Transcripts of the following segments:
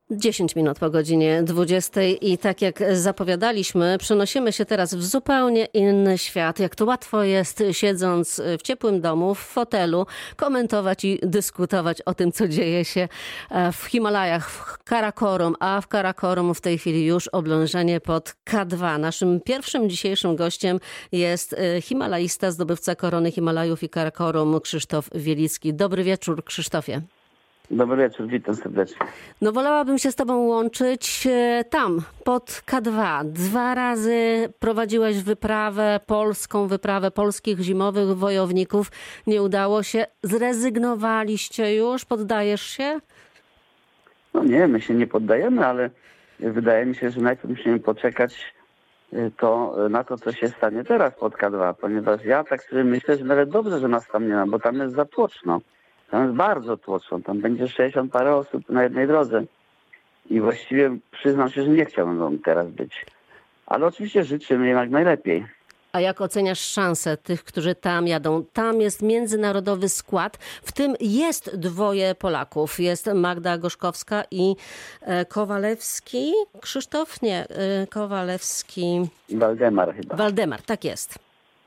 10 minut po godzinie 20 i tak jak zapowiadaliśmy, przenosimy się teraz w zupełnie inny świat. Jak to łatwo jest, siedząc w ciepłym domu, w fotelu, komentować i dyskutować o tym, co dzieje się w Himalajach, w Karakorum, a w Karakorum w tej chwili już oblężenie pod K2. Naszym pierwszym dzisiejszym gościem jest himalaista, zdobywca korony Himalajów i Karakorum, Krzysztof Wielicki. Dobry wieczór, Krzysztofie. Dobry wieczór, witam serdecznie. No wolałabym się z tobą łączyć tam, pod K2. 2 razy prowadziłeś wyprawę, polską wyprawę polskich zimowych wojowników. Nie udało się. Zrezygnowaliście już? Poddajesz się? No nie, my się nie poddajemy, ale wydaje mi się, że najpierw musimy poczekać na to, co się stanie teraz pod K2, ponieważ ja tak sobie myślę, że nawet dobrze, że nas tam nie ma, bo tam jest za tłoczno. Tam jest bardzo tłoczno. Tam będzie 60 parę osób na jednej drodze. I właściwie przyznam się, że nie chciałbym tam teraz być. Ale oczywiście życzymy im jak najlepiej. A jak oceniasz szanse tych, którzy tam jadą? Tam jest międzynarodowy skład, w tym jest 2 Polaków. Jest Magda Gorzkowska i Kowalewski. Krzysztof? Nie, Kowalewski. Waldemar chyba. Waldemar, tak jest.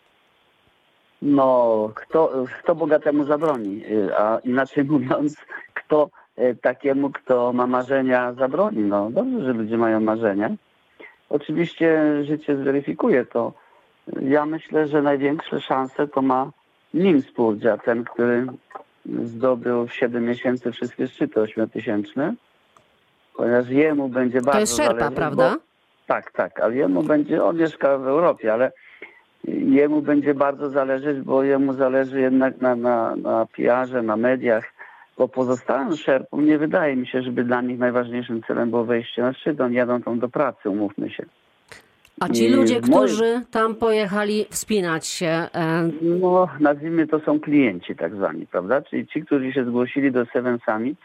No, kto bogatemu zabroni? A inaczej mówiąc, kto takiemu, kto ma marzenia, zabroni? No dobrze, że ludzie mają marzenia. Oczywiście życie zweryfikuje to. Ja myślę, że największe szanse to ma Nim Spurdzia, ten, który zdobył w 7 miesięcy wszystkie szczyty 8000, ponieważ jemu będzie bardzo To jest Sherpa, prawda? Tak, ale jemu będzie, on mieszka w Europie, ale jemu będzie bardzo zależeć, bo jemu zależy jednak na PR-ze, na mediach, bo pozostałym Sherpom nie wydaje mi się, żeby dla nich najważniejszym celem było wejście na szczyt. Oni jadą tam do pracy, umówmy się. A ci ludzie, którzy tam pojechali wspinać się... No, nazwijmy to są klienci tak zwani, prawda? Czyli ci, którzy się zgłosili do Seven Summit,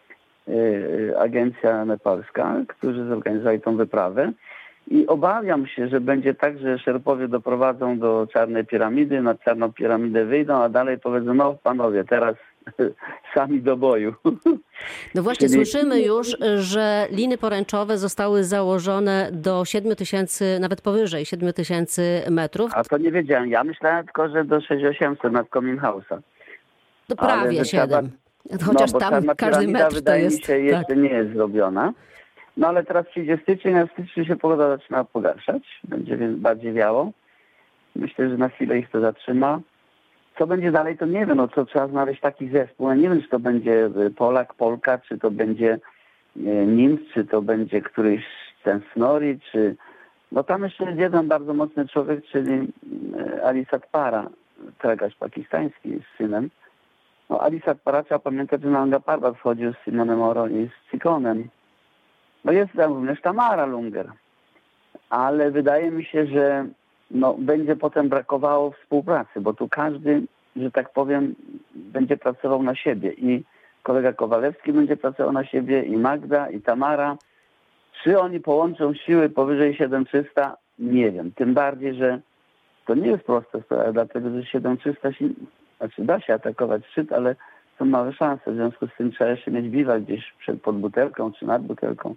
agencja nepalska, którzy zorganizowali tą wyprawę. I obawiam się, że będzie tak, że Szerpowie doprowadzą do Czarnej Piramidy, na Czarną Piramidę wyjdą, a dalej powiedzą, no panowie, teraz sami do boju. No właśnie, słyszymy już, że liny poręczowe zostały założone do 7000, nawet powyżej 7000 metrów. A to nie wiedziałem. Ja myślałem tylko, że do 6800 nad Coming House'a. To prawie 7. Chociaż tam każdy metr wydaje to jest... mi się, jeszcze nie jest zrobiona. No ale teraz przyjdzie styczeń, a w styczniu się pogoda zaczyna pogarszać. Będzie więc bardziej wiało. Myślę, że na chwilę ich to zatrzyma. Co będzie dalej, to nie wiem. No co trzeba znaleźć taki zespół. Ja nie wiem, czy to będzie Polak, Polka, czy to będzie Niemc, czy to będzie któryś ten Snorri, czy... No tam jeszcze jest jeden bardzo mocny człowiek, czyli Ali Satpara, tragarz pakistański z synem. No Ali Satpara, trzeba pamiętać, że na Nanga Parbat wchodził z Simonem Oro i z Cikonem. No jest tam również Tamara Lunger, ale wydaje mi się, że będzie potem brakowało współpracy, bo tu każdy, że tak powiem, będzie pracował na siebie i kolega Kowalewski będzie pracował na siebie i Magda i Tamara. Czy oni połączą siły powyżej 7300? Nie wiem. Tym bardziej, że to nie jest prosta sprawa, dlatego że 7300 da się atakować szczyt, ale są małe szanse. W związku z tym trzeba jeszcze mieć biwak gdzieś pod butelką czy nad butelką.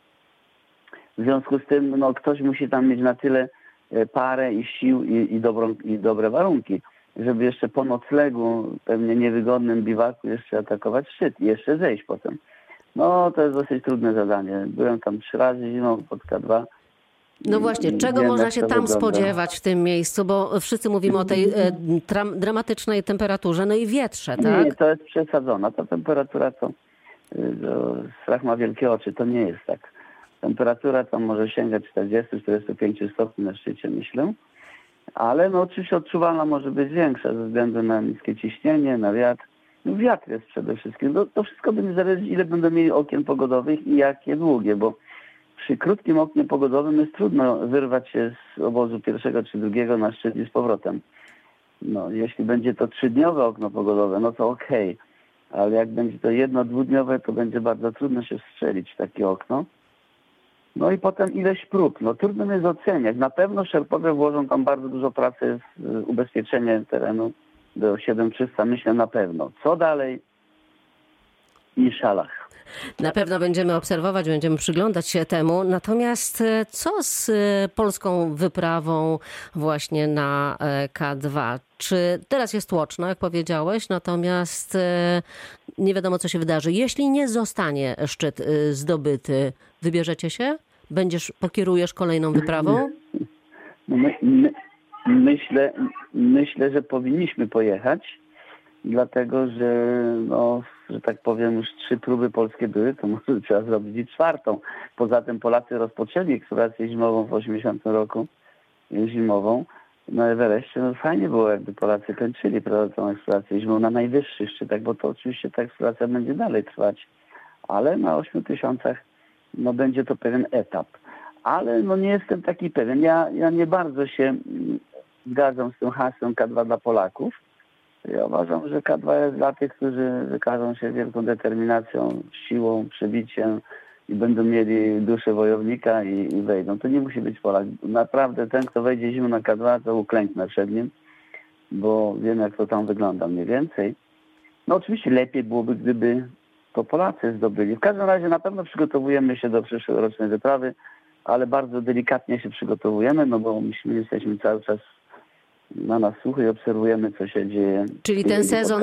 W związku z tym ktoś musi tam mieć na tyle parę i sił i dobre warunki, żeby jeszcze po noclegu, pewnie niewygodnym biwaku jeszcze atakować szczyt i jeszcze zejść potem. No to jest dosyć trudne zadanie. Byłem tam 3 razy zimą pod K2. No właśnie, czego można się tam spodziewać w tym miejscu, bo wszyscy mówimy o tej dramatycznej temperaturze, no i wietrze, tak? Nie, to jest przesadzona. Ta temperatura to strach ma wielkie oczy, to nie jest tak. Temperatura tam może sięgać 40-45 stopni na szczycie, myślę. Ale oczywiście odczuwalna może być większa ze względu na niskie ciśnienie, na wiatr. No wiatr jest przede wszystkim. To wszystko będzie zależeć, ile będą mieli okien pogodowych i jakie długie, bo przy krótkim oknie pogodowym jest trudno wyrwać się z obozu 1. czy 2. na szczyt i z powrotem. Jeśli będzie to 3-dniowe okno pogodowe, no to okej. Ale jak będzie to 1-2-dniowe, to będzie bardzo trudno się wstrzelić w takie okno. No i potem ileś prób. Trudno jest oceniać. Na pewno Szerpowie włożą tam bardzo dużo pracy w ubezpieczenie terenu do 7300, myślę na pewno. Co dalej? Inshallah. Na pewno będziemy obserwować, będziemy przyglądać się temu. Natomiast co z polską wyprawą właśnie na K2? Czy teraz jest tłoczno, jak powiedziałeś, natomiast nie wiadomo, co się wydarzy. Jeśli nie zostanie szczyt zdobyty, wybierzecie się? Pokierujesz kolejną wyprawą? Myślę, że powinniśmy pojechać, dlatego że tak powiem, już 3 próby polskie były, to może trzeba zrobić i 4. Poza tym Polacy rozpoczęli eksplorację zimową w 80 roku, zimową. Na Everestie fajnie było, jakby Polacy kończyli tą eksplorację zimową na najwyższych szczytach, bo to oczywiście ta eksploracja będzie dalej trwać, ale na 8000 będzie to pewien etap. Ale nie jestem taki pewien. Ja nie bardzo się zgadzam z tym hasłem K2 dla Polaków. Ja uważam, że K2 jest dla tych, którzy wykażą się wielką determinacją, siłą, przebiciem i będą mieli duszę wojownika i wejdą. To nie musi być Polak. Naprawdę ten, kto wejdzie zimą na K2, to uklęknę przed nim, bo wiem, jak to tam wygląda mniej więcej. Oczywiście lepiej byłoby, gdyby to Polacy zdobyli. W każdym razie na pewno przygotowujemy się do przyszłorocznej wyprawy, ale bardzo delikatnie się przygotowujemy, bo my jesteśmy cały czas na nasłuchu i obserwujemy, co się dzieje. Czyli ten sezon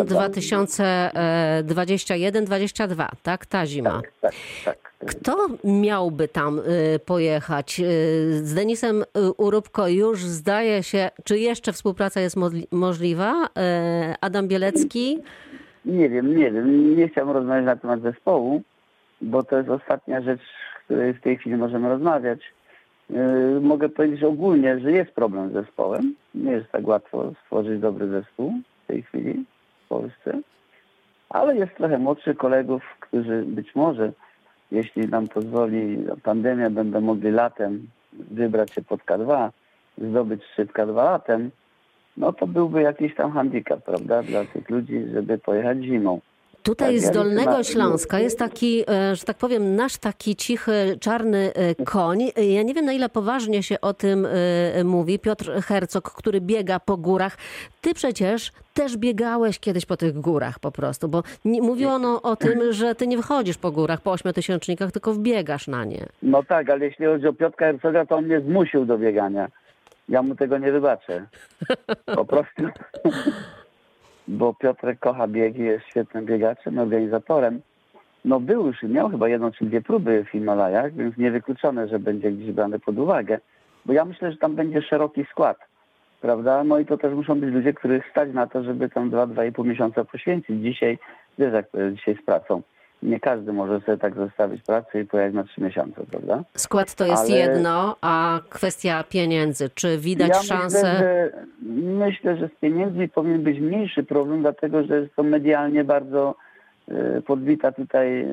2021-2022, tak? Ta zima. Tak. Kto miałby tam pojechać? Z Denisem Urubko już zdaje się, czy jeszcze współpraca jest możliwa? Adam Bielecki? Nie wiem. Nie chciałbym rozmawiać na temat zespołu, bo to jest ostatnia rzecz, o której w tej chwili możemy rozmawiać. Mogę powiedzieć ogólnie, że jest problem z zespołem. Nie jest tak łatwo stworzyć dobry zespół w tej chwili w Polsce. Ale jest trochę młodszych kolegów, którzy być może, jeśli nam pozwoli pandemia, będą mogli latem wybrać się pod K2, zdobyć szczyt K2 latem, to byłby jakiś tam handicap, prawda, dla tych ludzi, żeby pojechać zimą. Tutaj z Dolnego Śląska jest taki, że tak powiem, nasz taki cichy, czarny koń. Ja nie wiem, na ile poważnie się o tym mówi. Piotr Hercog, który biega po górach. Ty przecież też biegałeś kiedyś po tych górach po prostu, bo mówiono o tym, że ty nie wychodzisz po górach, po 8000, tylko wbiegasz na nie. Tak, ale jeśli chodzi o Piotra Hercoga, to on mnie zmusił do biegania. Ja mu tego nie wybaczę. Po prostu... Bo Piotrek kocha biegi, jest świetnym biegaczem, organizatorem. Był już i miał chyba 1 czy 2 próby w Himalajach, więc niewykluczone, że będzie gdzieś brany pod uwagę. Bo ja myślę, że tam będzie szeroki skład, prawda? I to też muszą być ludzie, których stać na to, żeby tam 2,5 miesiąca poświęcić. Dzisiaj, wiesz jak to jest dzisiaj z pracą. Nie każdy może sobie tak zostawić pracę i pojechać na 3 miesiące, prawda? Skład to jest jedno, a kwestia pieniędzy. Czy widać szansę? Myślę, że z pieniędzmi powinien być mniejszy problem, dlatego że jest to medialnie bardzo podbita tutaj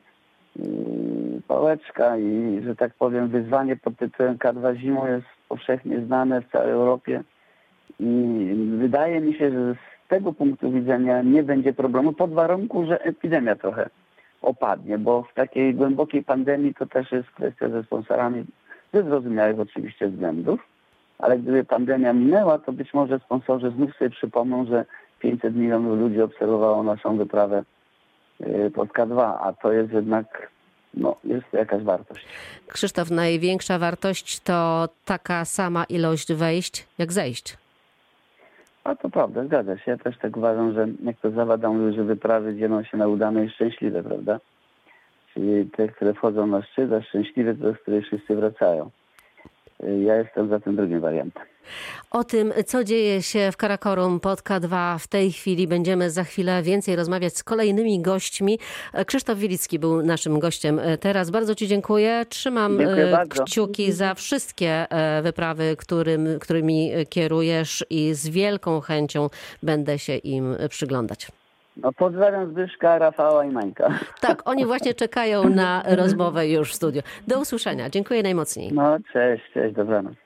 pałeczka i, że tak powiem, wyzwanie pod tytułem K2 zimą jest powszechnie znane w całej Europie. I wydaje mi się, że z tego punktu widzenia nie będzie problemu, pod warunku, że epidemia trochę opadnie, bo w takiej głębokiej pandemii to też jest kwestia ze sponsorami, ze zrozumiałych oczywiście względów, ale gdyby pandemia minęła, to być może sponsorzy znów sobie przypomną, że 500 milionów ludzi obserwowało naszą wyprawę pod K2, a to jest jednak, jest to jakaś wartość. Krzysztof, największa wartość to taka sama ilość wejść jak zejść. A to prawda, zgadza się. Ja też tak uważam, że jak to zawada mówił, że wyprawy dzielą się na udane i szczęśliwe, prawda? Czyli te, które wchodzą na szczyt, a szczęśliwe to, z których wszyscy wracają. Ja jestem za tym drugim wariantem. O tym, co dzieje się w Karakorum pod K2 w tej chwili, będziemy za chwilę więcej rozmawiać z kolejnymi gośćmi. Krzysztof Wilicki był naszym gościem teraz. Bardzo Ci dziękuję. Trzymam kciuki za wszystkie wyprawy, którymi kierujesz i z wielką chęcią będę się im przyglądać. Pozdrawiam Zbyszka, Rafała i Mańka. Tak, oni właśnie czekają na rozmowę już w studiu. Do usłyszenia. Dziękuję najmocniej. Cześć, dobranoc.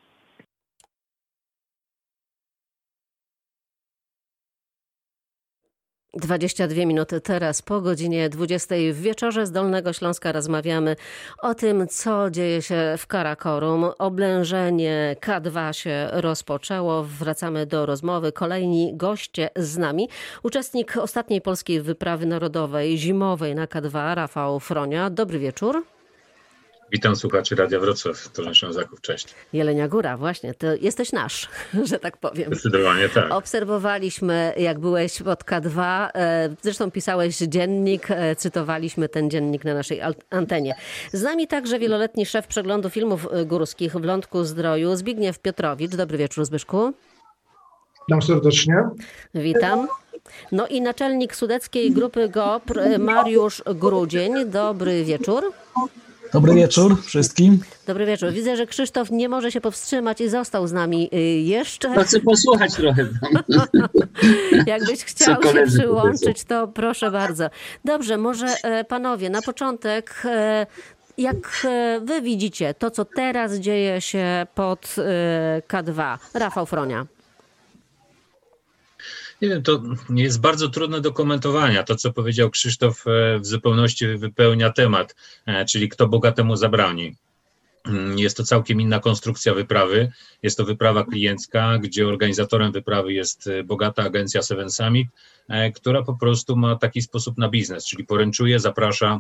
22 minuty teraz po godzinie 20 w wieczorze z Dolnego Śląska rozmawiamy o tym, co dzieje się w Karakorum. Oblężenie K2 się rozpoczęło. Wracamy do rozmowy. Kolejni goście z nami. Uczestnik ostatniej polskiej wyprawy narodowej zimowej na K2, Rafał Fronia. Dobry wieczór. Witam słuchaczy Radia Wrocław, Toruń Ślązaków, cześć. Jelenia Góra, właśnie, to jesteś nasz, że tak powiem. Zdecydowanie tak. Obserwowaliśmy, jak byłeś pod K2, zresztą pisałeś dziennik, cytowaliśmy ten dziennik na naszej antenie. Z nami także wieloletni szef przeglądu filmów górskich w Lądku-Zdroju, Zbigniew Piotrowicz. Dobry wieczór, Zbyszku. Witam serdecznie. Witam. No i naczelnik Sudeckiej Grupy GOPR, Mariusz Grudzień. Dobry wieczór. Dobry wieczór wszystkim. Dobry wieczór. Widzę, że Krzysztof nie może się powstrzymać i został z nami jeszcze. Chcę posłuchać trochę. Jakbyś chciał się przyłączyć, to proszę bardzo. Dobrze, może panowie, na początek, jak wy widzicie to, co teraz dzieje się pod K2? Rafał Fronia. Nie wiem, to jest bardzo trudne do komentowania. To, co powiedział Krzysztof, w zupełności wypełnia temat, czyli kto bogatemu zabroni. Jest to całkiem inna konstrukcja wyprawy. Jest to wyprawa kliencka, gdzie organizatorem wyprawy jest bogata agencja Seven Summit, która po prostu ma taki sposób na biznes, czyli poręczuje, zaprasza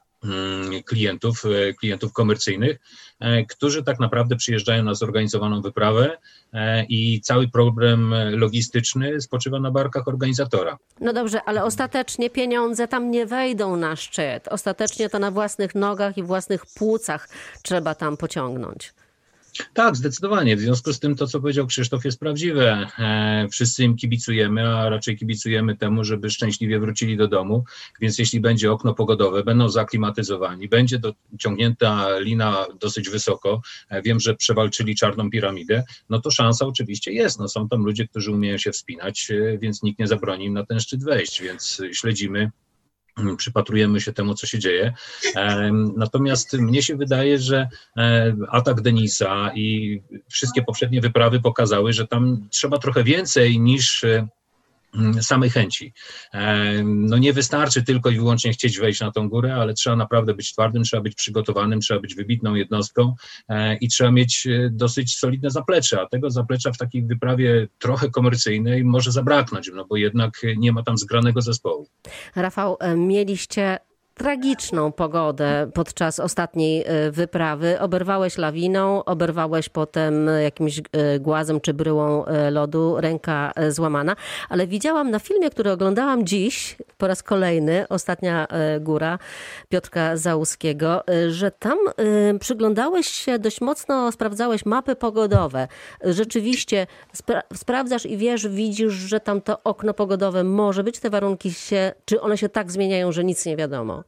klientów komercyjnych, którzy tak naprawdę przyjeżdżają na zorganizowaną wyprawę i cały problem logistyczny spoczywa na barkach organizatora. No dobrze, ale ostatecznie pieniądze tam nie wejdą na szczyt. Ostatecznie to na własnych nogach i własnych płucach trzeba tam pociągnąć. Tak, zdecydowanie. W związku z tym to, co powiedział Krzysztof, jest prawdziwe. Wszyscy im kibicujemy, a raczej kibicujemy temu, żeby szczęśliwie wrócili do domu. Więc jeśli będzie okno pogodowe, będą zaklimatyzowani, będzie dociągnięta lina dosyć wysoko, wiem, że przewalczyli czarną piramidę, no to szansa oczywiście jest. No, są tam ludzie, którzy umieją się wspinać, więc nikt nie zabroni im na ten szczyt wejść, więc śledzimy. Przypatrujemy się temu, co się dzieje. Natomiast mnie się wydaje, że atak Denisa i wszystkie poprzednie wyprawy pokazały, że tam trzeba trochę więcej niż samej chęci. No nie wystarczy tylko i wyłącznie chcieć wejść na tą górę, ale trzeba naprawdę być twardym, trzeba być przygotowanym, trzeba być wybitną jednostką i trzeba mieć dosyć solidne zaplecze, a tego zaplecza w takiej wyprawie trochę komercyjnej może zabraknąć, no bo jednak nie ma tam zgranego zespołu. Rafał, mieliście tragiczną pogodę podczas ostatniej wyprawy. Oberwałeś lawiną, oberwałeś potem jakimś głazem czy bryłą lodu, ręka złamana. Ale widziałam na filmie, który oglądałam dziś, po raz kolejny, Ostatnia góra Piotrka Załuskiego, że tam przyglądałeś się dość mocno, sprawdzałeś mapy pogodowe. Rzeczywiście sprawdzasz i widzisz, że tam to okno pogodowe może być, te warunki czy one się tak zmieniają, że nic nie wiadomo?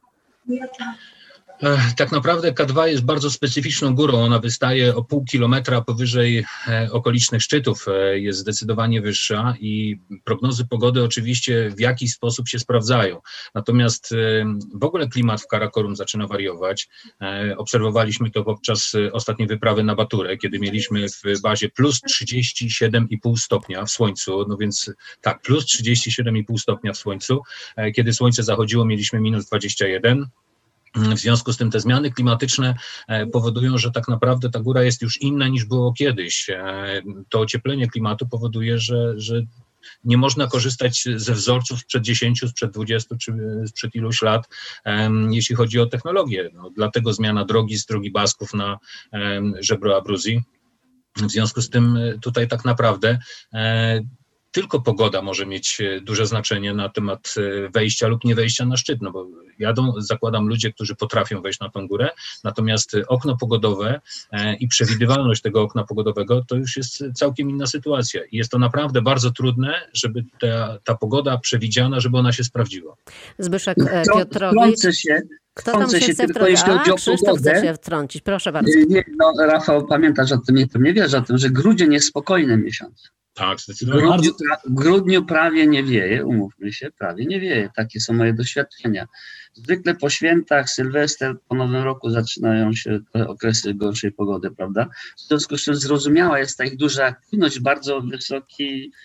Tak naprawdę K2 jest bardzo specyficzną górą. Ona wystaje o pół kilometra powyżej okolicznych szczytów. Jest zdecydowanie wyższa i prognozy pogody oczywiście w jakiś sposób się sprawdzają. Natomiast w ogóle klimat w Karakorum zaczyna wariować. Obserwowaliśmy to podczas ostatniej wyprawy na Baturę, kiedy mieliśmy w bazie plus 37,5 stopnia w słońcu. No więc tak, plus 37,5 stopnia w słońcu. Kiedy słońce zachodziło, mieliśmy minus 21. W związku z tym te zmiany klimatyczne powodują, że tak naprawdę ta góra jest już inna niż było kiedyś. To ocieplenie klimatu powoduje, że nie można korzystać ze wzorców sprzed 10, sprzed 20 czy sprzed iluś lat, jeśli chodzi o technologię. No, dlatego zmiana drogi z drogi Basków na żebro Abruzji. W związku z tym tutaj tak naprawdę tylko pogoda może mieć duże znaczenie na temat wejścia lub nie wejścia na szczyt, no bo zakładam ludzie, którzy potrafią wejść na tą górę, natomiast okno pogodowe i przewidywalność tego okna pogodowego to już jest całkiem inna sytuacja i jest to naprawdę bardzo trudne, żeby ta pogoda przewidziana, żeby ona się sprawdziła. Zbyszek Piotrowicz. Kto tam się chce wtrącić? Krzysztof chce się wtrącić, proszę bardzo. Nie, no, Rafał, pamiętasz o tym, nie wiesz o tym, że grudzień jest spokojny miesiąc. Tak, zdecydowanie. W grudniu prawie nie wieje, umówmy się, prawie nie wieje. Takie są moje doświadczenia. Zwykle po świętach, Sylwester, po Nowym Roku zaczynają się te okresy gorszej pogody, prawda? W związku z czym zrozumiała jest ta ich duża aktywność, bardzo wysoki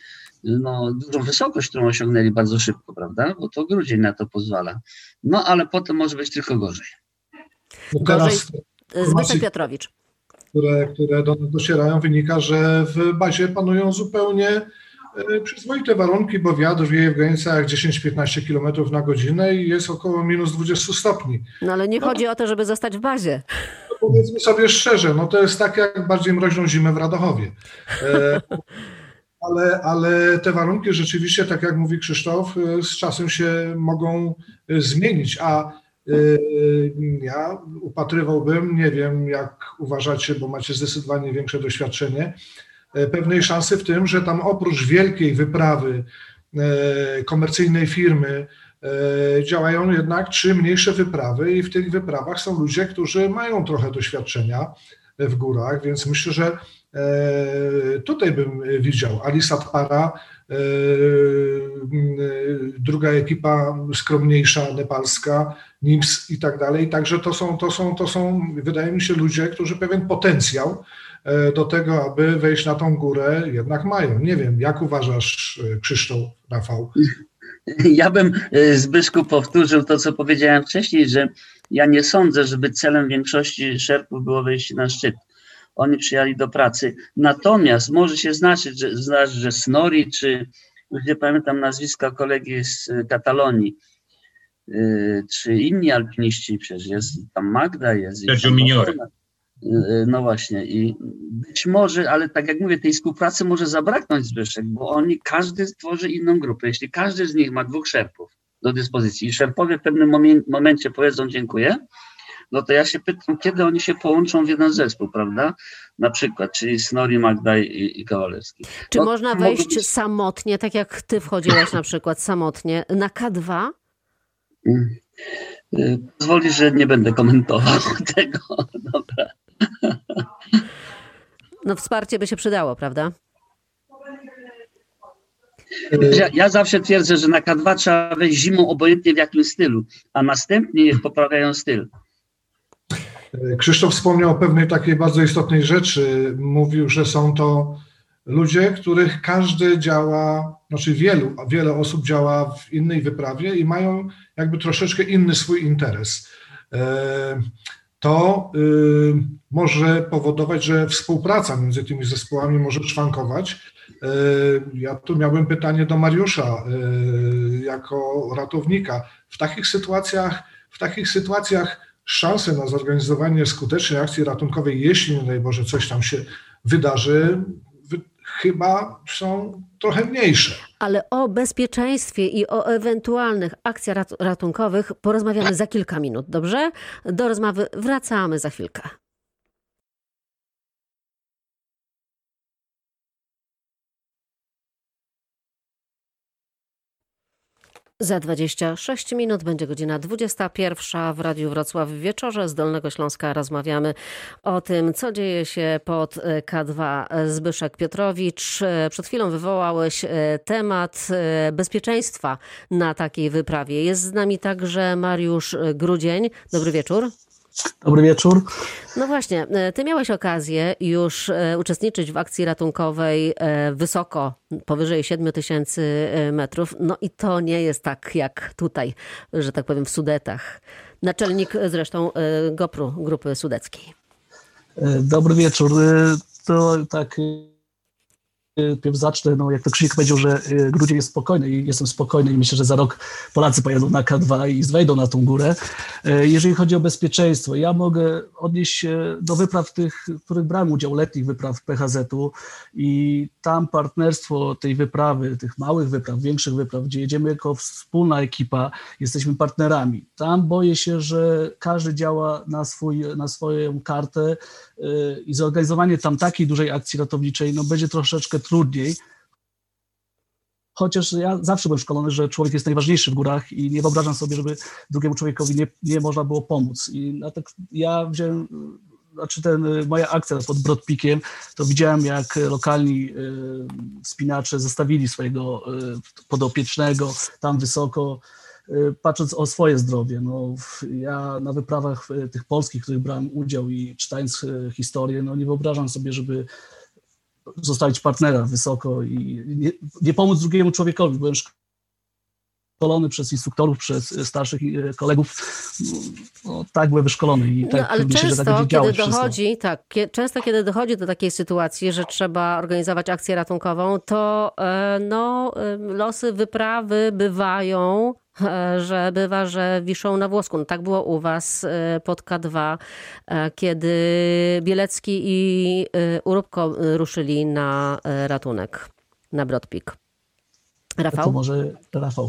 dużą wysokość, którą osiągnęli bardzo szybko, prawda? Bo to grudzień na to pozwala. No ale potem może być tylko gorzej. No Gorzej. teraz Zbyszek Piotrowicz. które do nas docierają, wynika, że w bazie panują zupełnie przyzwoite warunki, bo wiatr wieje w granicach 10-15 km na godzinę i jest około minus 20 stopni. No ale nie chodzi o to, żeby zostać w bazie. Powiedzmy sobie szczerze, no to jest tak jak bardziej mroźną zimę w Radochowie. Ale te warunki rzeczywiście, tak jak mówi Krzysztof, z czasem się mogą zmienić, a ja upatrywałbym, nie wiem jak uważacie, bo macie zdecydowanie większe doświadczenie, pewnej szansy w tym, że tam oprócz wielkiej wyprawy komercyjnej firmy działają jednak 3 mniejsze wyprawy i w tych wyprawach są ludzie, którzy mają trochę doświadczenia w górach, więc myślę, że tutaj bym widział Alisat Para, druga ekipa skromniejsza, nepalska, NIMS i tak dalej. Także to są, wydaje mi się, ludzie, którzy pewien potencjał do tego, aby wejść na tą górę, jednak mają. Nie wiem, jak uważasz, Krzysztof, Rafał? Ja bym, Zbyszku, powtórzył to, co powiedziałem wcześniej, że ja nie sądzę, żeby celem większości szerpów było wejście na szczyt. Oni przyjechali do pracy. Natomiast może się zdarzyć, że Snorri, czy już nie pamiętam nazwiska kolegi z Katalonii, czy inni alpiniści, przecież jest tam Magda, jest. Sergio Mignore. No właśnie i być może, ale tak jak mówię, tej współpracy może zabraknąć, Zbyszek, bo każdy stworzy inną grupę. Jeśli każdy z nich ma 2 szerpów do dyspozycji i szerpowie w pewnym momencie powiedzą dziękuję, no to ja się pytam, kiedy oni się połączą w jeden zespół, prawda? Na przykład, czyli Snorri, Magda i Kowalewski. Czy można wejść samotnie, tak jak ty wchodziłeś na przykład samotnie, na K2? Pozwolisz, że nie będę komentował tego. Dobra. No wsparcie by się przydało, prawda? Ja zawsze twierdzę, że na K2 trzeba wejść zimą obojętnie w jakim stylu, a następnie poprawiają styl. Krzysztof wspomniał o pewnej takiej bardzo istotnej rzeczy. Mówił, że są to ludzie, których każdy działa, znaczy wiele osób działa w innej wyprawie i mają jakby troszeczkę inny swój interes. To może powodować, że współpraca między tymi zespołami może szwankować. Ja tu miałbym pytanie do Mariusza jako ratownika. W takich sytuacjach szanse na zorganizowanie skutecznej akcji ratunkowej, jeśli nie daj Boże coś tam się wydarzy, chyba są trochę mniejsze. Ale o bezpieczeństwie i o ewentualnych akcjach ratunkowych porozmawiamy za kilka minut, dobrze? Do rozmowy wracamy za chwilkę. Za 26 minut będzie godzina 21 w Radiu Wrocław w wieczorze z Dolnego Śląska. Rozmawiamy o tym, co dzieje się pod K2. Zbyszek Piotrowicz, przed chwilą wywołałeś temat bezpieczeństwa na takiej wyprawie. Jest z nami także Mariusz Grudzień. Dobry wieczór. Dobry wieczór. No właśnie, ty miałeś okazję już uczestniczyć w akcji ratunkowej wysoko, powyżej 7000 metrów. No i to nie jest tak jak tutaj, że tak powiem, w Sudetach. Naczelnik zresztą GoPru, Grupy Sudeckiej. Dobry wieczór. To tak... Pierw zacznę, no jak to Krzysiek powiedział, że grudzień jest spokojny i jestem spokojny i myślę, że za rok Polacy pojadą na K2 i wejdą na tą górę. Jeżeli chodzi o bezpieczeństwo, ja mogę odnieść się do wypraw tych, w których brałem udział, letnich wypraw PHZ-u i tam partnerstwo tej wyprawy, tych małych wypraw, większych wypraw, gdzie jedziemy jako wspólna ekipa, jesteśmy partnerami. Tam boję się, że każdy działa na swoją kartę i zorganizowanie tam takiej dużej akcji ratowniczej no będzie troszeczkę trudniej. Chociaż ja zawsze byłem szkolony, że człowiek jest najważniejszy w górach i nie wyobrażam sobie, żeby drugiemu człowiekowi nie można było pomóc. I ja wziąłem, moja akcja pod Brodpikiem, to widziałem, jak lokalni wspinacze zostawili swojego podopiecznego tam wysoko, patrząc o swoje zdrowie. No, ja na wyprawach tych polskich, w których brałem udział i czytając historię, no nie wyobrażam sobie, żeby zostawić partnera wysoko i nie pomóc drugiemu człowiekowi. Byłem szkolony przez instruktorów, przez starszych kolegów. No, tak byłem wyszkolony i tak ale myślę, że tak będzie działać wszystko. Często kiedy dochodzi do takiej sytuacji, że trzeba organizować akcję ratunkową, to losy wyprawy bywają, że wiszą na włosku. No, tak było u was pod K2, kiedy Bielecki i Uróbko ruszyli na ratunek, na Broad Peak. Rafał? To może Rafał.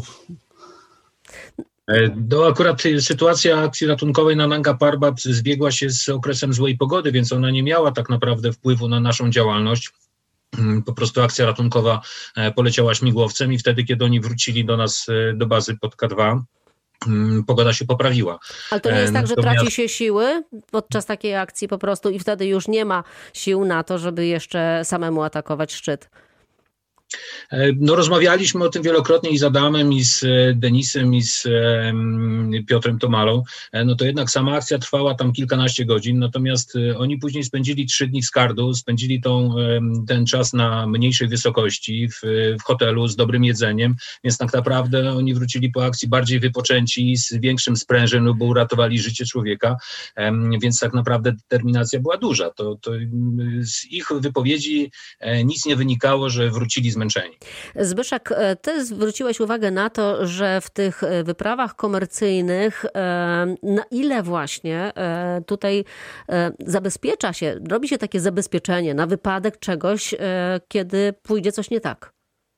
Akurat sytuacja akcji ratunkowej na Nanga Parbat zbiegła się z okresem złej pogody, więc ona nie miała tak naprawdę wpływu na naszą działalność. Po prostu akcja ratunkowa poleciała śmigłowcem i wtedy, kiedy oni wrócili do nas, do bazy pod K2, pogoda się poprawiła. Ale to nie jest tak, że traci się siły podczas takiej akcji po prostu i wtedy już nie ma sił na to, żeby jeszcze samemu atakować szczyt? No, rozmawialiśmy o tym wielokrotnie i z Adamem, i z Denisem, i z Piotrem Tomalą. No to jednak sama akcja trwała tam kilkanaście godzin, natomiast oni później spędzili 3 dni w Skardu, spędzili ten czas na mniejszej wysokości, w hotelu z dobrym jedzeniem, więc tak naprawdę oni wrócili po akcji bardziej wypoczęci, z większym sprężem, no bo uratowali życie człowieka, więc tak naprawdę determinacja była duża. To z ich wypowiedzi nic nie wynikało, że wrócili zmęczeni. Zbyszek, ty zwróciłeś uwagę na to, że w tych wyprawach komercyjnych na ile właśnie tutaj zabezpiecza się, robi się takie zabezpieczenie na wypadek czegoś, kiedy pójdzie coś nie tak?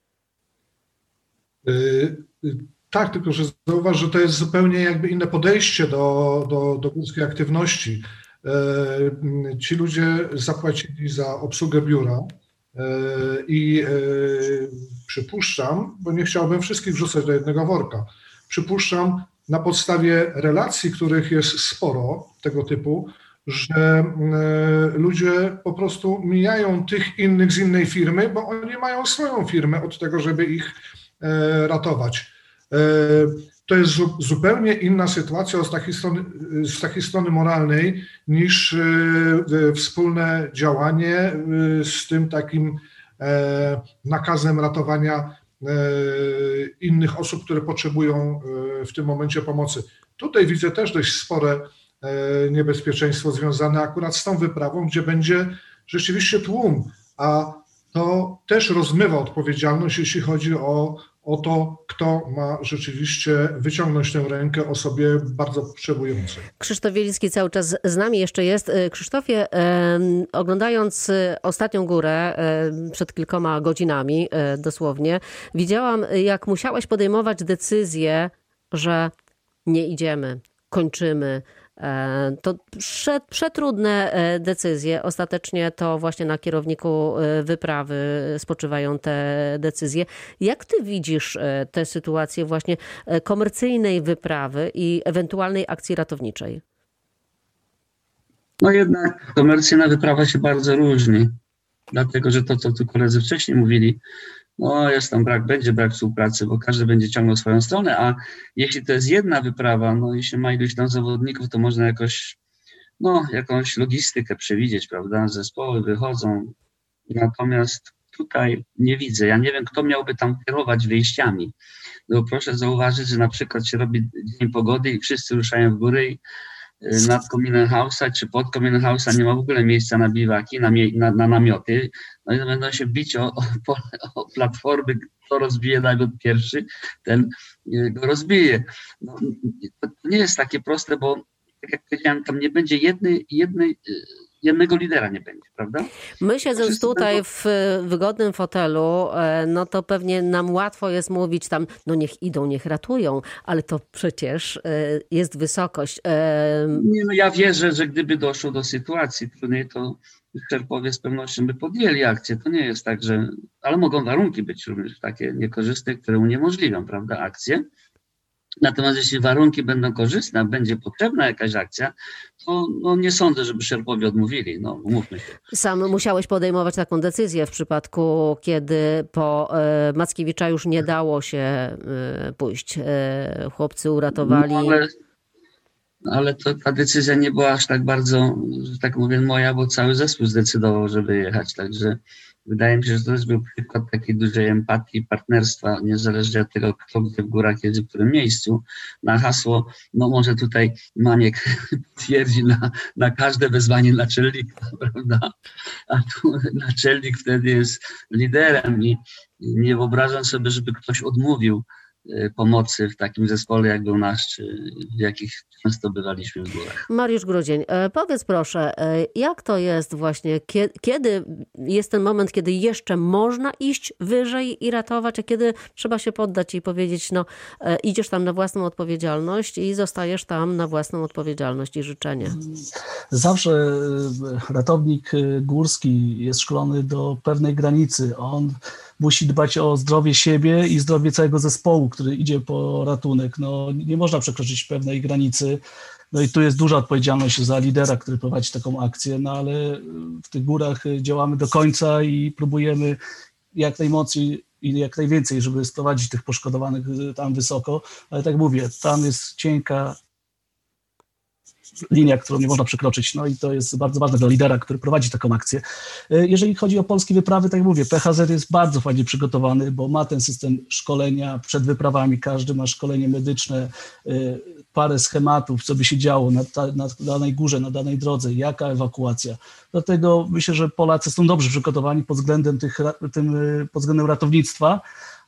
Tak, tylko że zauważ, że to jest zupełnie jakby inne podejście do górskiej aktywności. Ci ludzie zapłacili za obsługę biura, i przypuszczam, bo nie chciałbym wszystkich wrzucać do jednego worka, przypuszczam na podstawie relacji, których jest sporo tego typu, że ludzie po prostu mijają tych innych z innej firmy, bo oni mają swoją firmę od tego, żeby ich ratować. To jest zupełnie inna sytuacja z takiej strony moralnej niż wspólne działanie z tym takim nakazem ratowania innych osób, które potrzebują w tym momencie pomocy. Tutaj widzę też dość spore niebezpieczeństwo związane akurat z tą wyprawą, gdzie będzie rzeczywiście tłum, a to też rozmywa odpowiedzialność, jeśli chodzi o to, kto ma rzeczywiście wyciągnąć tę rękę osobie bardzo potrzebującej. Krzysztof Wielicki cały czas z nami jeszcze jest. Krzysztofie, oglądając ostatnią górę przed kilkoma godzinami dosłownie, widziałam, jak musiałeś podejmować decyzję, że nie idziemy, kończymy. To przetrudne decyzje. Ostatecznie to właśnie na kierowniku wyprawy spoczywają te decyzje. Jak ty widzisz tę sytuację właśnie komercyjnej wyprawy i ewentualnej akcji ratowniczej? No jednak komercyjna wyprawa się bardzo różni, dlatego że to, co tu koledzy wcześniej mówili, no jest tam będzie brak współpracy, bo każdy będzie ciągnął swoją stronę, a jeśli to jest jedna wyprawa, no jeśli ma iluś tam zawodników, to można jakąś logistykę przewidzieć, prawda, zespoły wychodzą, natomiast tutaj nie widzę, ja nie wiem, kto miałby tam kierować wyjściami, no proszę zauważyć, że na przykład się robi dzień pogody i wszyscy ruszają w górę i nad kominem Hausa czy pod kominem Hausa nie ma w ogóle miejsca na biwaki, na namioty. No i będą się bić o platformy, kto rozbije namiot pierwszy, ten go rozbije. No, to nie jest takie proste, bo tak jak powiedziałem, tam nie będzie jednego lidera nie będzie, prawda? My siedząc tutaj w wygodnym fotelu, no to pewnie nam łatwo jest mówić tam, no niech idą, niech ratują, ale to przecież jest wysokość. Nie, no ja wierzę, że gdyby doszło do sytuacji trudnej, to szerpowie z pewnością by podjęli akcję. To nie jest tak, że... Ale mogą warunki być również takie niekorzystne, które uniemożliwią, prawda, akcję. Natomiast jeśli warunki będą korzystne, będzie potrzebna jakaś akcja, to no nie sądzę, żeby szerpowie odmówili, no umówmy się. Sam musiałeś podejmować taką decyzję w przypadku, kiedy po Mackiewicza już nie dało się pójść. Chłopcy uratowali... No, ale ta decyzja nie była aż tak bardzo, że tak mówię, moja, bo cały zespół zdecydował, żeby jechać, także Wydaje mi się, że to jest był przykład takiej dużej empatii, partnerstwa, niezależnie od tego, kto gdzie w górach jest, w którym miejscu. Na hasło, no może tutaj Maniek twierdzi na każde wezwanie naczelnika, prawda? A tu naczelnik wtedy jest liderem i nie wyobrażam sobie, żeby ktoś odmówił pomocy w takim zespole, jak był nasz, czy w jakich często bywaliśmy w górach. Mariusz Grudzień, powiedz proszę, jak to jest właśnie, kiedy jest ten moment, kiedy jeszcze można iść wyżej i ratować, a kiedy trzeba się poddać i powiedzieć, no idziesz tam na własną odpowiedzialność i zostajesz tam na własną odpowiedzialność i życzenie? Zawsze ratownik górski jest szkolony do pewnej granicy. On musi dbać o zdrowie siebie i zdrowie całego zespołu, który idzie po ratunek. No, nie można przekroczyć pewnej granicy. No i tu jest duża odpowiedzialność za lidera, który prowadzi taką akcję, no ale w tych górach działamy do końca i próbujemy jak najmocniej i jak najwięcej, żeby sprowadzić tych poszkodowanych tam wysoko. Ale tak mówię, tam jest cienka linia, którą nie można przekroczyć. No i to jest bardzo ważne dla lidera, który prowadzi taką akcję. Jeżeli chodzi o polskie wyprawy, tak jak mówię, PHZ jest bardzo fajnie przygotowany, bo ma ten system szkolenia przed wyprawami. Każdy ma szkolenie medyczne, parę schematów, co by się działo na danej górze, na danej drodze, jaka ewakuacja. Dlatego myślę, że Polacy są dobrze przygotowani pod względem pod względem ratownictwa,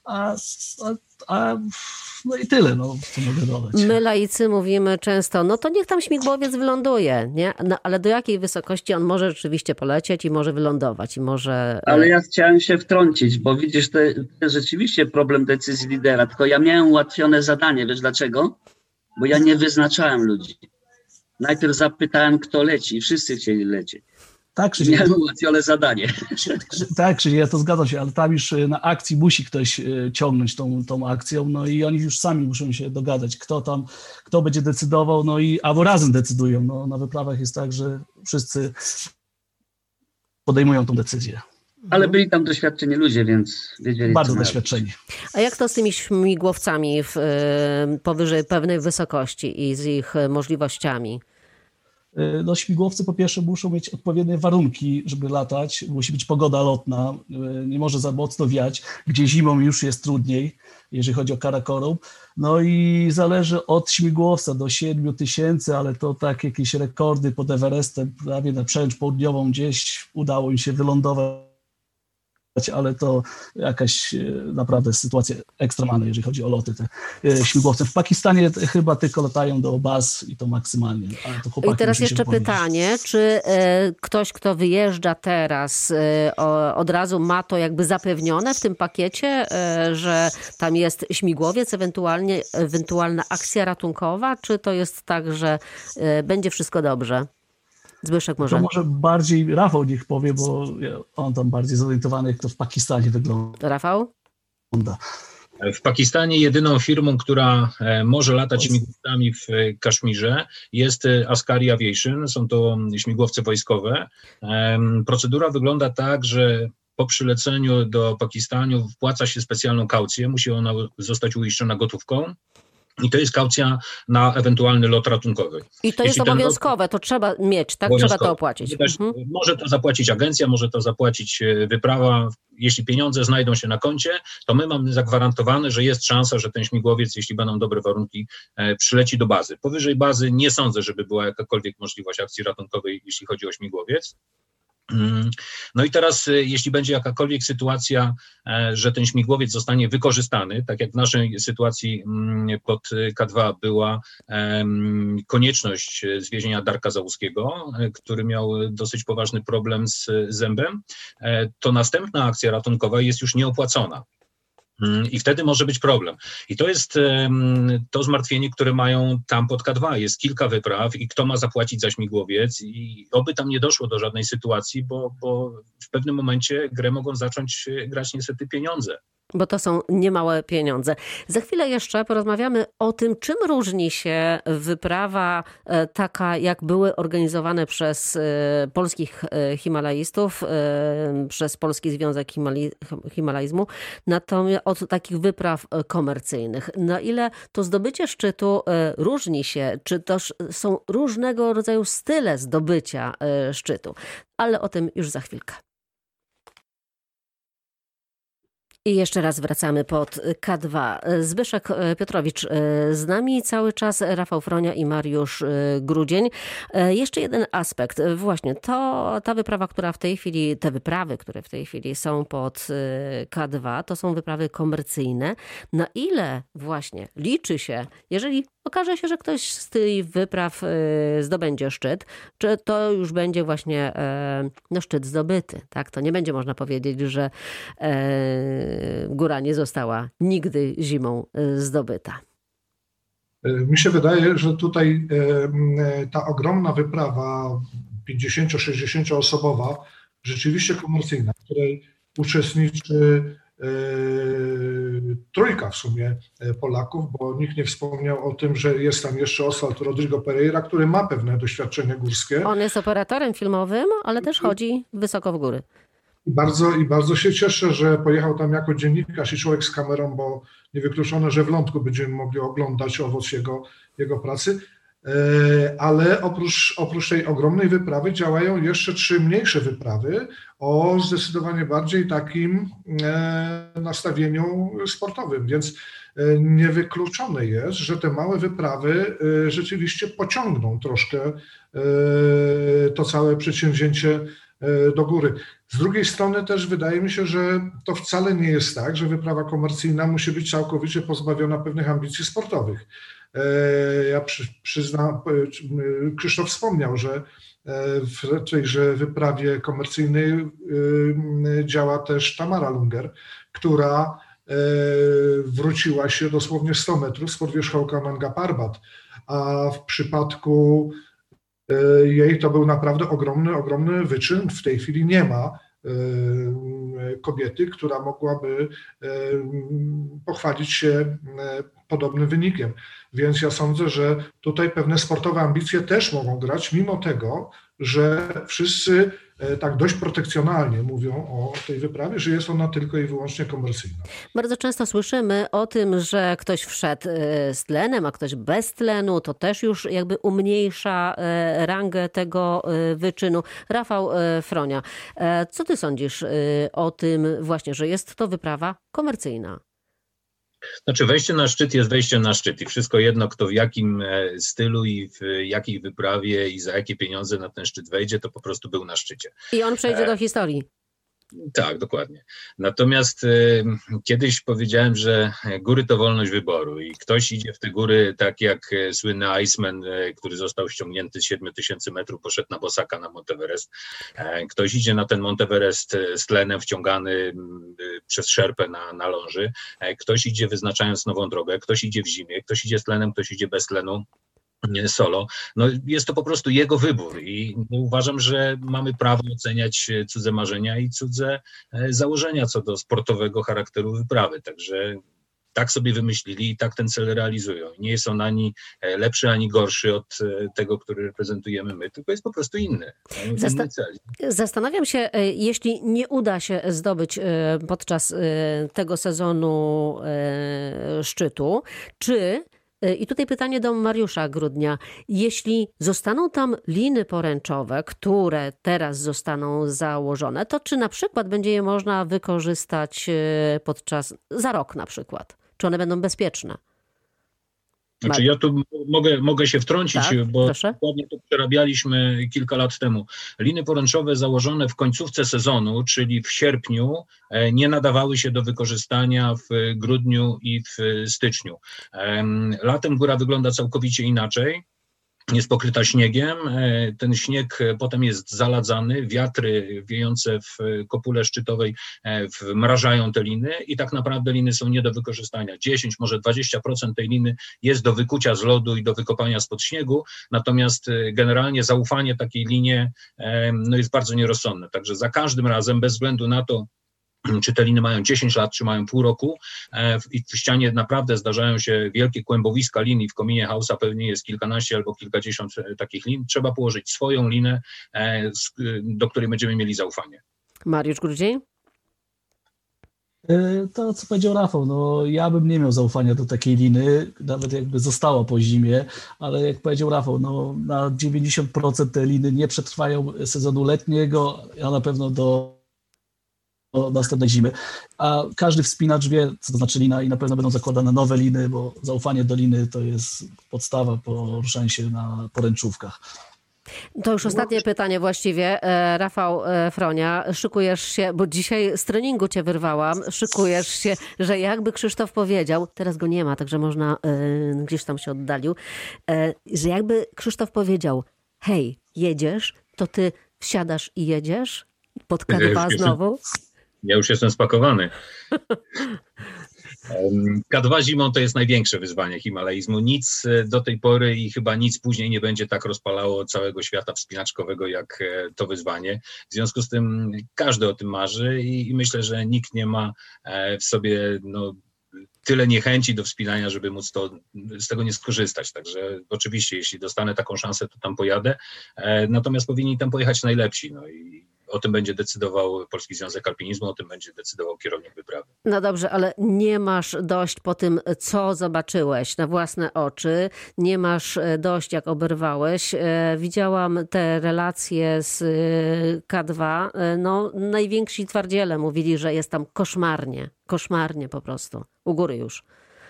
no i tyle, no, co mogę dodać. My laicy mówimy często, no to niech tam śmigłowiec wyląduje, nie? No, ale do jakiej wysokości on może rzeczywiście polecieć i może wylądować i może... Ale ja chciałem się wtrącić, bo widzisz, to jest rzeczywiście problem decyzji lidera, tylko ja miałem ułatwione zadanie, wiesz dlaczego? Bo ja nie wyznaczałem ludzi. Najpierw zapytałem, kto leci i wszyscy chcieli lecieć. Tak, Krzysiek, miałem ułatwione zadanie. Tak, Krzysiek, ja to zgadzam się, ale tam już na akcji musi ktoś ciągnąć tą akcją, no i oni już sami muszą się dogadać, kto będzie decydował, no i albo razem decydują. No, na wyprawach jest tak, że wszyscy podejmują tą decyzję. Ale byli tam doświadczeni ludzie, więc wiedzieli. Bardzo doświadczeni. A jak to z tymi śmigłowcami powyżej pewnej wysokości i z ich możliwościami? No, śmigłowcy po pierwsze muszą mieć odpowiednie warunki, żeby latać. Musi być pogoda lotna, nie może za mocno wiać, gdzie zimą już jest trudniej, jeżeli chodzi o Karakorum. No i zależy od śmigłowca do 7000, ale to tak jakieś rekordy pod Everestem, prawie na przełęcz południową gdzieś udało im się wylądować, ale to jakaś naprawdę sytuacja ekstremalna, jeżeli chodzi o loty te śmigłowce. W Pakistanie chyba tylko latają do baz i to maksymalnie. Ale to i teraz jeszcze pytanie, czy ktoś, kto wyjeżdża teraz, od razu ma to jakby zapewnione w tym pakiecie, że tam jest śmigłowiec, ewentualna akcja ratunkowa, czy to jest tak, że będzie wszystko dobrze? Zbyszek może. To może bardziej Rafał niech powie, bo on tam bardziej zorientowany, jak to w Pakistanie wygląda. Rafał? W Pakistanie jedyną firmą, która może latać śmigłowcami w Kaszmirze, jest Askari Aviation. Są to śmigłowce wojskowe. Procedura wygląda tak, że po przyleceniu do Pakistanu wpłaca się specjalną kaucję. Musi ona zostać uiszczona gotówką. I to jest kaucja na ewentualny lot ratunkowy. I to jest obowiązkowe, to trzeba mieć, tak? Trzeba to opłacić. Może to zapłacić agencja, może to zapłacić wyprawa. Jeśli pieniądze znajdą się na koncie, to my mamy zagwarantowane, że jest szansa, że ten śmigłowiec, jeśli będą dobre warunki, przyleci do bazy. Powyżej bazy nie sądzę, żeby była jakakolwiek możliwość akcji ratunkowej, jeśli chodzi o śmigłowiec. No i teraz, jeśli będzie jakakolwiek sytuacja, że ten śmigłowiec zostanie wykorzystany, tak jak w naszej sytuacji pod K2 była konieczność zwiezienia Darka Załuskiego, który miał dosyć poważny problem z zębem, to następna akcja ratunkowa jest już nieopłacona. I wtedy może być problem. I to jest to zmartwienie, które mają tam pod K2. Jest kilka wypraw i kto ma zapłacić za śmigłowiec i oby tam nie doszło do żadnej sytuacji, bo w pewnym momencie grę mogą zacząć grać niestety pieniądze. Bo to są niemałe pieniądze. Za chwilę jeszcze porozmawiamy o tym, czym różni się wyprawa taka, jak były organizowane przez polskich himalaistów, przez Polski Związek Himalajzmu, natomiast od takich wypraw komercyjnych. Na ile to zdobycie szczytu różni się, czy też są różnego rodzaju style zdobycia szczytu. Ale o tym już za chwilkę. I jeszcze raz wracamy pod K2. Zbyszek Piotrowicz z nami cały czas, Rafał Fronia i Mariusz Grudzień. Jeszcze jeden aspekt. Właśnie ta wyprawa, która w tej chwili, te wyprawy, które w tej chwili są pod K2, to są wyprawy komercyjne. Na ile właśnie liczy się, jeżeli okaże się, że ktoś z tych wypraw zdobędzie szczyt, czy to już będzie właśnie szczyt zdobyty, tak? To nie będzie można powiedzieć, że góra nie została nigdy zimą zdobyta. Mi się wydaje, że tutaj ta ogromna wyprawa 50-60 osobowa, rzeczywiście komercyjna, w której uczestniczy trójka w sumie Polaków, bo nikt nie wspomniał o tym, że jest tam jeszcze Oswald Rodrigo Pereira, który ma pewne doświadczenie górskie. On jest operatorem filmowym, ale też chodzi wysoko w góry. I bardzo się cieszę, że pojechał tam jako dziennikarz i człowiek z kamerą, bo niewykluczone, że w lądku będziemy mogli oglądać owoc jego pracy. Ale oprócz tej ogromnej wyprawy działają jeszcze 3 mniejsze wyprawy o zdecydowanie bardziej takim nastawieniu sportowym, więc niewykluczone jest, że te małe wyprawy rzeczywiście pociągną troszkę to całe przedsięwzięcie do góry. Z drugiej strony też wydaje mi się, że to wcale nie jest tak, że wyprawa komercyjna musi być całkowicie pozbawiona pewnych ambicji sportowych. Ja przyznam, Krzysztof wspomniał, że w tejże wyprawie komercyjnej działa też Tamara Lunger, która wróciła się dosłownie 100 metrów z podwierzchołka Nanga Parbat, a w przypadku jej to był naprawdę ogromny wyczyn. W tej chwili nie ma kobiety, która mogłaby pochwalić się podobnym wynikiem. Więc ja sądzę, że tutaj pewne sportowe ambicje też mogą grać, mimo tego, że wszyscy tak dość protekcjonalnie mówią o tej wyprawie, że jest ona tylko i wyłącznie komercyjna. Bardzo często słyszymy o tym, że ktoś wszedł z tlenem, a ktoś bez tlenu. To też już jakby umniejsza rangę tego wyczynu. Rafał Fronia, co ty sądzisz o tym właśnie, że jest to wyprawa komercyjna? Znaczy wejście na szczyt jest wejściem na szczyt i wszystko jedno, kto w jakim stylu i w jakiej wyprawie i za jakie pieniądze na ten szczyt wejdzie, to po prostu był na szczycie. I on przejdzie do historii. Tak, dokładnie. Natomiast kiedyś powiedziałem, że góry to wolność wyboru i ktoś idzie w te góry tak jak słynny Iceman, który został ściągnięty z 7000 metrów, poszedł na bosaka na Mount Everest. Ktoś idzie na ten Mount Everest z tlenem wciągany przez szerpę na ląży. Ktoś idzie wyznaczając nową drogę, ktoś idzie w zimie, ktoś idzie z tlenem, ktoś idzie bez tlenu. Solo. No jest to po prostu jego wybór i uważam, że mamy prawo oceniać cudze marzenia i cudze założenia co do sportowego charakteru wyprawy. Także tak sobie wymyślili i tak ten cel realizują. Nie jest on ani lepszy, ani gorszy od tego, który reprezentujemy my, tylko jest po prostu inny. Inny cel. Zastanawiam się, jeśli nie uda się zdobyć podczas tego sezonu szczytu, czy i tutaj pytanie do Mariusza Grudnia. Jeśli zostaną tam liny poręczowe, które teraz zostaną założone, to czy na przykład będzie je można wykorzystać za rok na przykład? Czy one będą bezpieczne? Znaczy ja tu mogę się wtrącić, tak, bo proszę. dokładnie to przerabialiśmy kilka lat temu. Liny poręczowe założone w końcówce sezonu, czyli w sierpniu, nie nadawały się do wykorzystania w grudniu i w styczniu. Latem góra wygląda całkowicie inaczej. Jest pokryta śniegiem, ten śnieg potem jest zaladzany, wiatry wiejące w kopule szczytowej wmrażają te liny i tak naprawdę liny są nie do wykorzystania. 10, może 20% tej liny jest do wykucia z lodu i do wykopania spod śniegu, natomiast generalnie zaufanie takiej linie jest bardzo nierozsądne. Także za każdym razem, bez względu na to, czy te liny mają 10 lat, czy mają pół roku i w ścianie naprawdę zdarzają się wielkie kłębowiska linii, w kominie Hausa pewnie jest kilkanaście albo kilkadziesiąt takich lin, trzeba położyć swoją linę, do której będziemy mieli zaufanie. Mariusz Grudzień? To, co powiedział Rafał, no ja bym nie miał zaufania do takiej liny, nawet jakby została po zimie, ale jak powiedział Rafał, no na 90% te liny nie przetrwają sezonu letniego, a na pewno do następnej zimy. A każdy wspinacz wie, co to znaczy lina i na pewno będą zakładane nowe liny, bo zaufanie do liny to jest podstawa poruszania się na poręczówkach. To już ostatnie pytanie właściwie. Rafał Fronia, szykujesz się, bo dzisiaj z treningu cię wyrwałam, szykujesz się, że jakby Krzysztof powiedział, teraz go nie ma, także można, gdzieś tam się oddalił, że jakby Krzysztof powiedział, hej, jedziesz, to ty wsiadasz i jedziesz pod K2 znowu? Ja już jestem spakowany. K2 zimą to jest największe wyzwanie himalaizmu. Nic do tej pory i chyba nic później nie będzie tak rozpalało całego świata wspinaczkowego jak to wyzwanie. W związku z tym każdy o tym marzy i myślę, że nikt nie ma w sobie tyle niechęci do wspinania, żeby móc z tego nie skorzystać. Także oczywiście, jeśli dostanę taką szansę, to tam pojadę. Natomiast powinni tam pojechać najlepsi. I o tym będzie decydował Polski Związek Alpinizmu, o tym będzie decydował kierownik wyprawy. No dobrze, ale nie masz dość po tym, co zobaczyłeś na własne oczy. Nie masz dość, jak oberwałeś. Widziałam te relacje z K2. Najwięksi twardziele mówili, że jest tam koszmarnie. Koszmarnie po prostu. U góry już.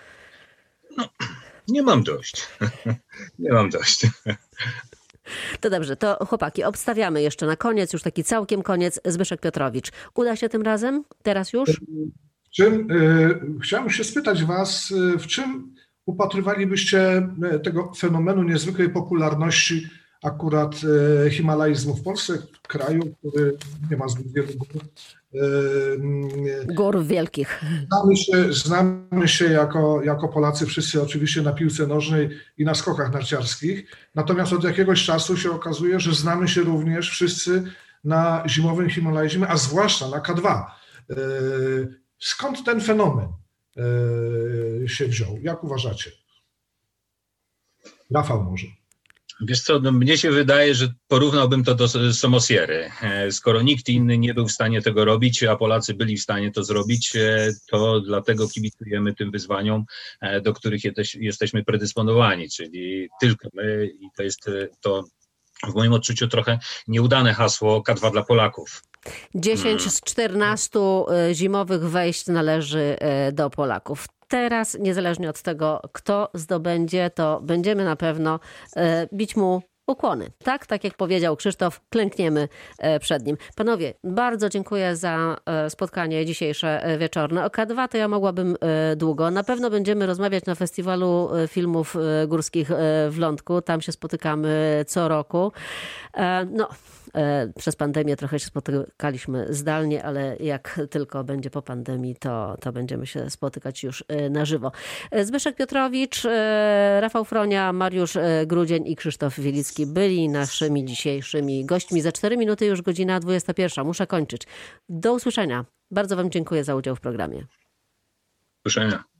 Nie mam dość. Nie mam dość. To dobrze, to chłopaki, obstawiamy jeszcze na koniec, już taki całkiem koniec, Zbyszek Piotrowicz. Uda się tym razem? Teraz już? Chciałem się spytać was, w czym upatrywalibyście tego fenomenu niezwykłej popularności akurat himalaizmu w Polsce, kraju, który nie ma zbyt wielu gór. Gór wielkich. Znamy się jako Polacy wszyscy oczywiście na piłce nożnej i na skokach narciarskich, natomiast od jakiegoś czasu się okazuje, że znamy się również wszyscy na zimowym himalaizmie, a zwłaszcza na K2. Skąd ten fenomen się wziął? Jak uważacie? Rafał może. Wiesz co, mnie się wydaje, że porównałbym to do Somosiery. Skoro nikt inny nie był w stanie tego robić, a Polacy byli w stanie to zrobić, to dlatego kibicujemy tym wyzwaniom, do których jesteśmy predysponowani, czyli tylko my i to jest to w moim odczuciu trochę nieudane hasło K2 dla Polaków. 10 z 14 zimowych wejść należy do Polaków. Teraz, niezależnie od tego, kto zdobędzie, to będziemy na pewno bić mu ukłony. Tak jak powiedział Krzysztof, klękniemy przed nim. Panowie, bardzo dziękuję za spotkanie dzisiejsze wieczorne. O K2 to ja mogłabym długo. Na pewno będziemy rozmawiać na Festiwalu Filmów Górskich w Lądku. Tam się spotykamy co roku. Przez pandemię trochę się spotykaliśmy zdalnie, ale jak tylko będzie po pandemii, to będziemy się spotykać już na żywo. Zbyszek Piotrowicz, Rafał Fronia, Mariusz Grudzień i Krzysztof Wielicki byli naszymi dzisiejszymi gośćmi. Za 4 minuty już godzina 21. Muszę kończyć. Do usłyszenia. Bardzo wam dziękuję za udział w programie. Do usłyszenia.